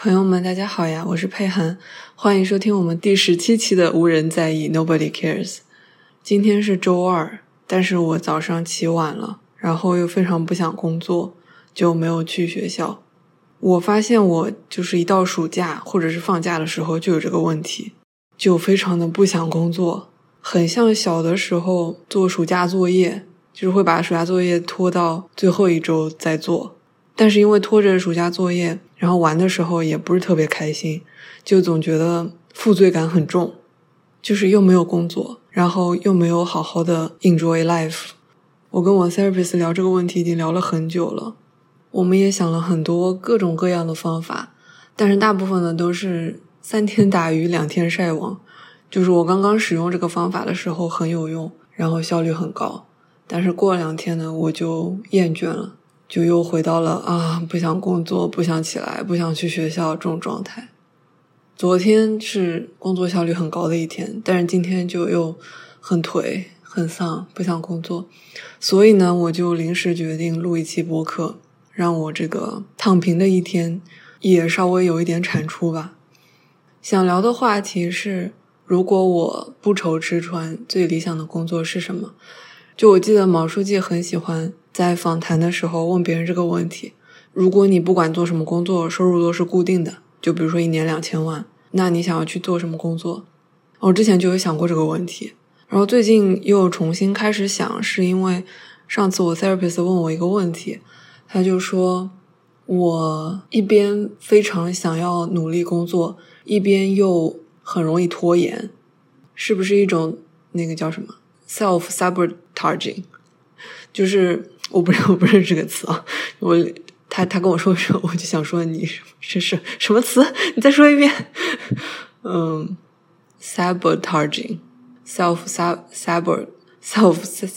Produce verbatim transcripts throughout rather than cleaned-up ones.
朋友们大家好呀，我是佩涵，欢迎收听我们第十七期的无人在意 Nobody Cares。 今天是周二，但是我早上起晚了，然后又非常不想工作，就没有去学校。我发现我就是一到暑假或者是放假的时候就有这个问题，就非常的不想工作，很像小的时候做暑假作业，就是会把暑假作业拖到最后一周再做，但是因为拖着暑假作业，然后玩的时候也不是特别开心，就总觉得负罪感很重，就是又没有工作，然后又没有好好的 enjoy life。 我跟我 therapist 聊这个问题已经聊了很久了，我们也想了很多各种各样的方法，但是大部分呢都是三天打鱼两天晒网，就是我刚刚使用这个方法的时候很有用，然后效率很高，但是过了两天呢我就厌倦了，就又回到了啊不想工作，不想起来，不想去学校这种状态。昨天是工作效率很高的一天，但是今天就又很颓很丧，不想工作，所以呢我就临时决定录一期播客，让我这个躺平的一天也稍微有一点产出吧。想聊的话题是，如果我不愁吃穿，最理想的工作是什么？就我记得毛书记很喜欢在访谈的时候问别人这个问题，如果你不管做什么工作，收入都是固定的，就比如说一年两千万，那你想要去做什么工作？我之前就有想过这个问题，然后最近又重新开始想，是因为上次我 therapist 问我一个问题，他就说我一边非常想要努力工作，一边又很容易拖延，是不是一种那个叫什么 self-sabotaging， 就是我不我不认识这个词啊，我他他跟我说的时候，我就想说你是是什么词？你再说一遍。嗯 ，sabotaging， self sabot self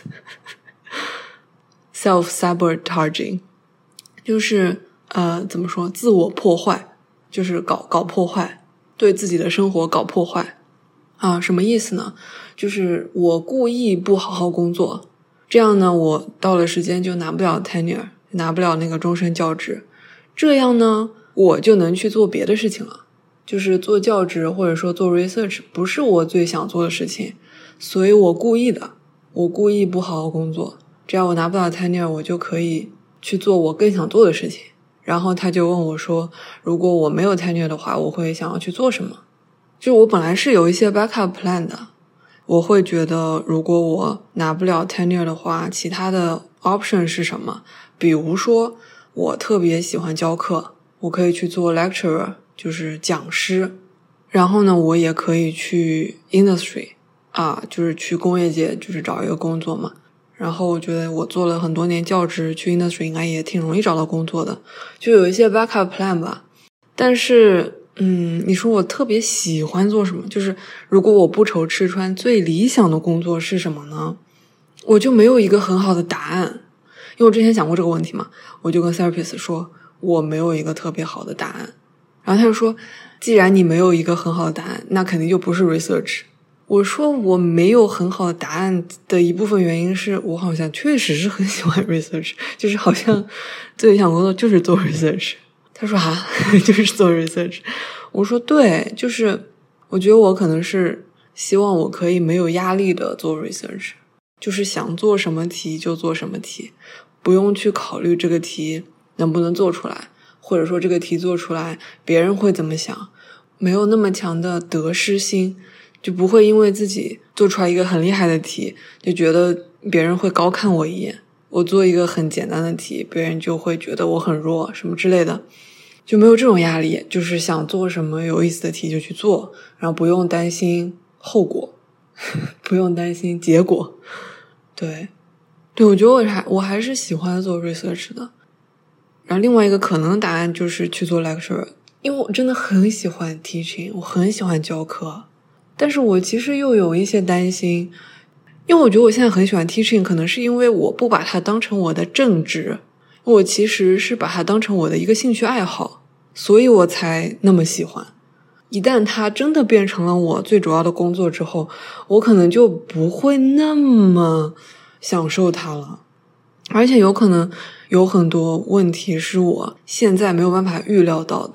self sabotaging， 就是呃怎么说？自我破坏，就是搞搞破坏，对自己的生活搞破坏啊？什么意思呢？就是我故意不好好工作，这样呢，我到了时间就拿不了 tenure。拿不了那个终身教职，这样呢我就能去做别的事情了，就是做教职或者说做 research 不是我最想做的事情，所以我故意的我故意不好好工作，这样我拿不了 tenure， 我就可以去做我更想做的事情。然后他就问我说，如果我没有 tenure 的话，我会想要去做什么？就我本来是有一些 backup plan 的，我会觉得如果我拿不了 tenure 的话，其他的 option 是什么？比如说我特别喜欢教课，我可以去做 lecturer， 就是讲师，然后呢我也可以去 industry 啊，就是去工业界，就是找一个工作嘛。然后我觉得我做了很多年教职，去 industry 应该也挺容易找到工作的，就有一些 backup plan 吧。但是嗯，你说我特别喜欢做什么，就是如果我不愁吃穿，最理想的工作是什么呢？我就没有一个很好的答案。因为我之前想过这个问题嘛，我就跟 therapist 说我没有一个特别好的答案，然后他就说既然你没有一个很好的答案，那肯定就不是 research。 我说我没有很好的答案的一部分原因是我好像确实是很喜欢 research， 就是好像最想工作就是做 research。 他说啊就是做 research。 我说对，就是我觉得我可能是希望我可以没有压力的做 research，就是想做什么题就做什么题，不用去考虑这个题能不能做出来，或者说这个题做出来别人会怎么想，没有那么强的得失心，就不会因为自己做出来一个很厉害的题就觉得别人会高看我一眼，我做一个很简单的题别人就会觉得我很弱什么之类的，就没有这种压力，就是想做什么有意思的题就去做，然后不用担心后果不用担心结果。对对，我觉得我还我还是喜欢做 research 的。然后另外一个可能的答案就是去做 lecturer， 因为我真的很喜欢 teaching， 我很喜欢教课，但是我其实又有一些担心，因为我觉得我现在很喜欢 teaching， 可能是因为我不把它当成我的正职，我其实是把它当成我的一个兴趣爱好，所以我才那么喜欢。一旦它真的变成了我最主要的工作之后，我可能就不会那么享受它了，而且有可能有很多问题是我现在没有办法预料到的，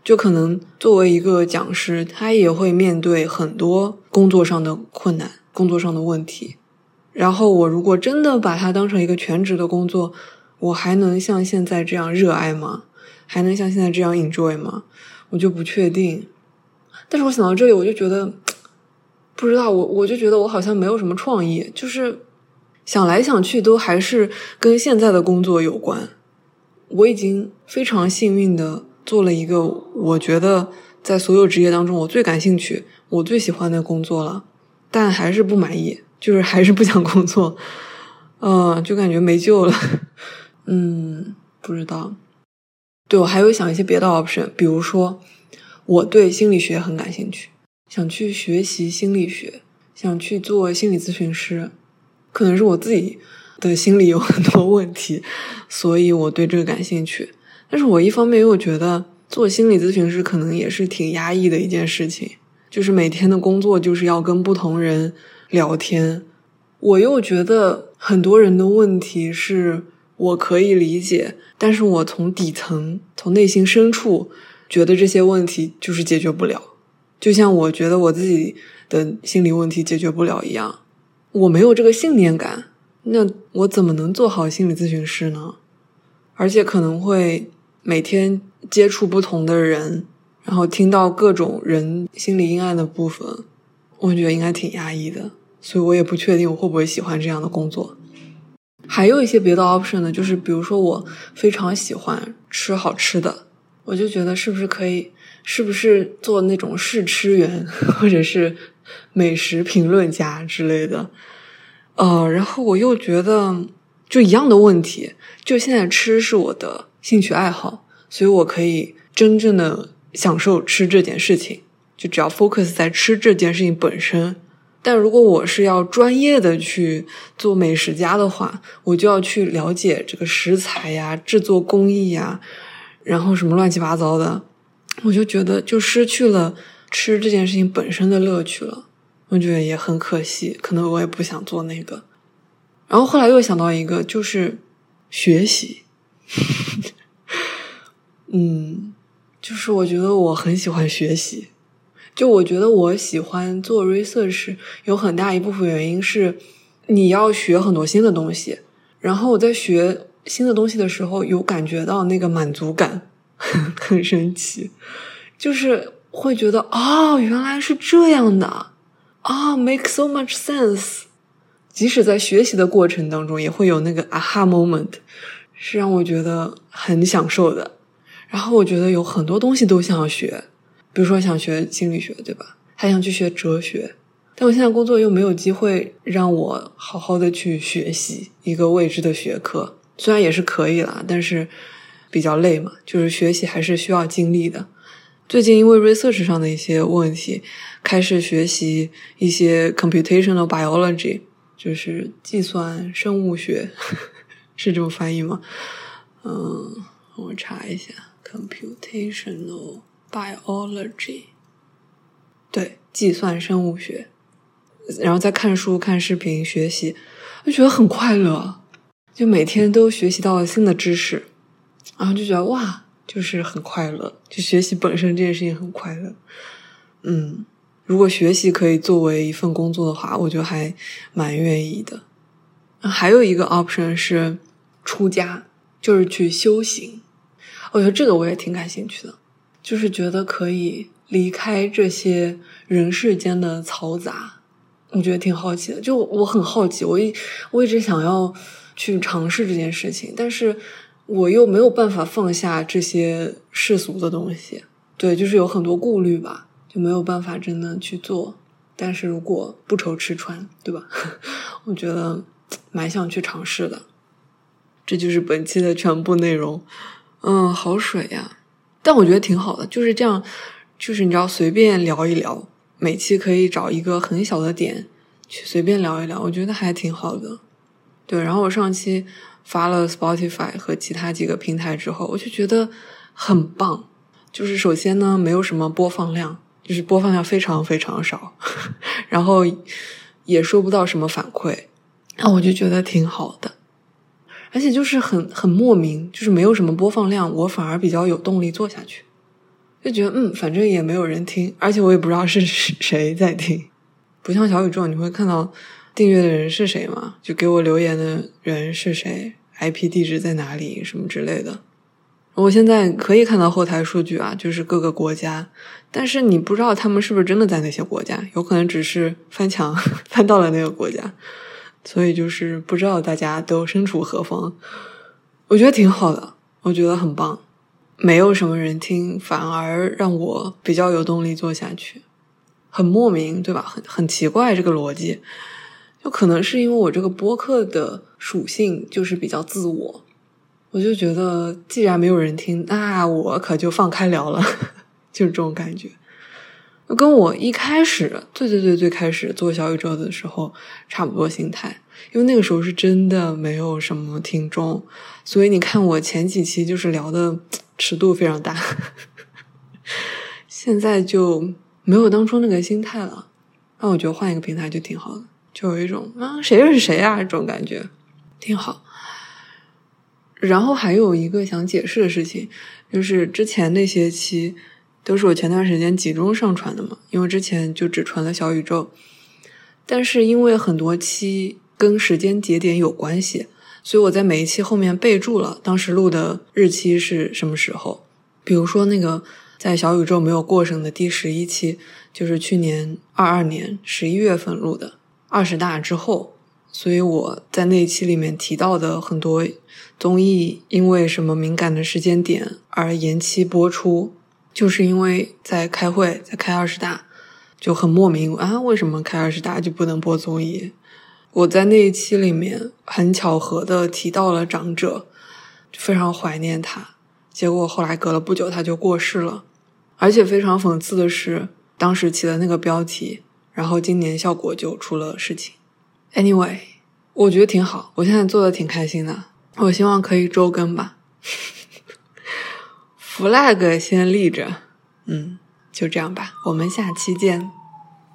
就可能作为一个讲师，他也会面对很多工作上的困难，工作上的问题。然后我如果真的把它当成一个全职的工作，我还能像现在这样热爱吗？还能像现在这样 enjoy 吗？我就不确定。但是我想到这里，我就觉得不知道，我我就觉得我好像没有什么创意，就是想来想去都还是跟现在的工作有关。我已经非常幸运的做了一个我觉得在所有职业当中我最感兴趣我最喜欢的工作了，但还是不满意，就是还是不想工作，呃，就感觉没救了。嗯，不知道。对，我还有想一些别的 option， 比如说我对心理学很感兴趣，想去学习心理学，想去做心理咨询师。可能是我自己的心理有很多问题，所以我对这个感兴趣。但是我一方面又觉得做心理咨询师可能也是挺压抑的一件事情，就是每天的工作就是要跟不同人聊天。我又觉得很多人的问题是我可以理解，但是我从底层从内心深处觉得这些问题就是解决不了，就像我觉得我自己的心理问题解决不了一样，我没有这个信念感，那我怎么能做好心理咨询师呢？而且可能会每天接触不同的人，然后听到各种人心理阴暗的部分，我觉得应该挺压抑的，所以我也不确定我会不会喜欢这样的工作。还有一些别的 option 呢，就是比如说我非常喜欢吃好吃的，我就觉得是不是可以是不是做那种试吃员或者是美食评论家之类的。呃，然后我又觉得就一样的问题，就现在吃是我的兴趣爱好，所以我可以真正的享受吃这件事情，就只要 focus 在吃这件事情本身。但如果我是要专业的去做美食家的话，我就要去了解这个食材呀、制作工艺呀，然后什么乱七八糟的，我就觉得就失去了吃这件事情本身的乐趣了，我觉得也很可惜，可能我也不想做那个。然后后来又想到一个，就是学习嗯，就是我觉得我很喜欢学习，就我觉得我喜欢做 research 有很大一部分原因是你要学很多新的东西，然后我在学新的东西的时候有感觉到那个满足感很神奇，就是会觉得哦，原来是这样的啊、oh, make so much sense。 即使在学习的过程当中也会有那个 aha moment， 是让我觉得很享受的。然后我觉得有很多东西都想要学，比如说想学心理学，对吧？还想去学哲学，但我现在工作又没有机会让我好好的去学习一个未知的学科，虽然也是可以啦，但是比较累嘛，就是学习还是需要精力的。最近因为 research 上的一些问题，开始学习一些 computational biology， 就是计算生物学是这么翻译吗？嗯，我查一下 computational biology， 对，计算生物学。然后再看书看视频学习，就觉得很快乐，就每天都学习到了新的知识，然后就觉得哇，就是很快乐，就学习本身这件事情很快乐。嗯，如果学习可以作为一份工作的话，我就还蛮愿意的。还有一个 option 是出家，就是去修行。我觉得这个我也挺感兴趣的，就是觉得可以离开这些人世间的嘈杂，我觉得挺好奇的。就我很好奇，我一我一直想要去尝试这件事情，但是我又没有办法放下这些世俗的东西，对，就是有很多顾虑吧，就没有办法真的去做。但是如果不愁吃穿，对吧？我觉得蛮想去尝试的。这就是本期的全部内容。嗯，好水呀，但我觉得挺好的，就是这样，就是你知道随便聊一聊，每期可以找一个很小的点去随便聊一聊，我觉得还挺好的。对，然后我上期发了 Spotify 和其他几个平台之后，我就觉得很棒。就是首先呢，没有什么播放量，就是播放量非常非常少，然后也收不到什么反馈，那我就觉得挺好的。而且就是很很莫名，就是没有什么播放量，我反而比较有动力做下去。 就觉得嗯，反正也没有人听，而且我也不知道是谁在听。不像小宇宙，你会看到订阅的人是谁嘛，就给我留言的人是谁， I P 地址在哪里什么之类的。我现在可以看到后台数据啊，就是各个国家，但是你不知道他们是不是真的在那些国家，有可能只是翻墙翻到了那个国家，所以就是不知道大家都身处何方。我觉得挺好的，我觉得很棒，没有什么人听，反而让我比较有动力做下去。很莫名，对吧？很很奇怪这个逻辑，就可能是因为我这个播客的属性就是比较自我，我就觉得既然没有人听，那我可就放开聊了，就是这种感觉。跟我一开始最最最最开始做小宇宙的时候差不多心态，因为那个时候是真的没有什么听众，所以你看我前几期就是聊的尺度非常大，现在就没有当初那个心态了。那我觉得换一个平台就挺好的，就有一种啊谁是谁啊这种感觉，挺好。然后还有一个想解释的事情，就是之前那些期都是我前段时间集中上传的嘛，因为之前就只传了小宇宙，但是因为很多期跟时间节点有关系，所以我在每一期后面备注了当时录的日期是什么时候。比如说那个在小宇宙没有过审的第十一期，就是去年二二年十一月份录的，二十大之后，所以我在那一期里面提到的很多综艺因为什么敏感的时间点而延期播出，就是因为在开会，在开二十大，就很莫名啊，为什么开二十大就不能播综艺？我在那一期里面很巧合的提到了长者，非常怀念他，结果后来隔了不久他就过世了。而且非常讽刺的是，当时起的那个标题，然后今年效果就出了事情。Anyway， 我觉得挺好，我现在做的挺开心的，我希望可以周更吧。flag 先立着，嗯，就这样吧，我们下期见。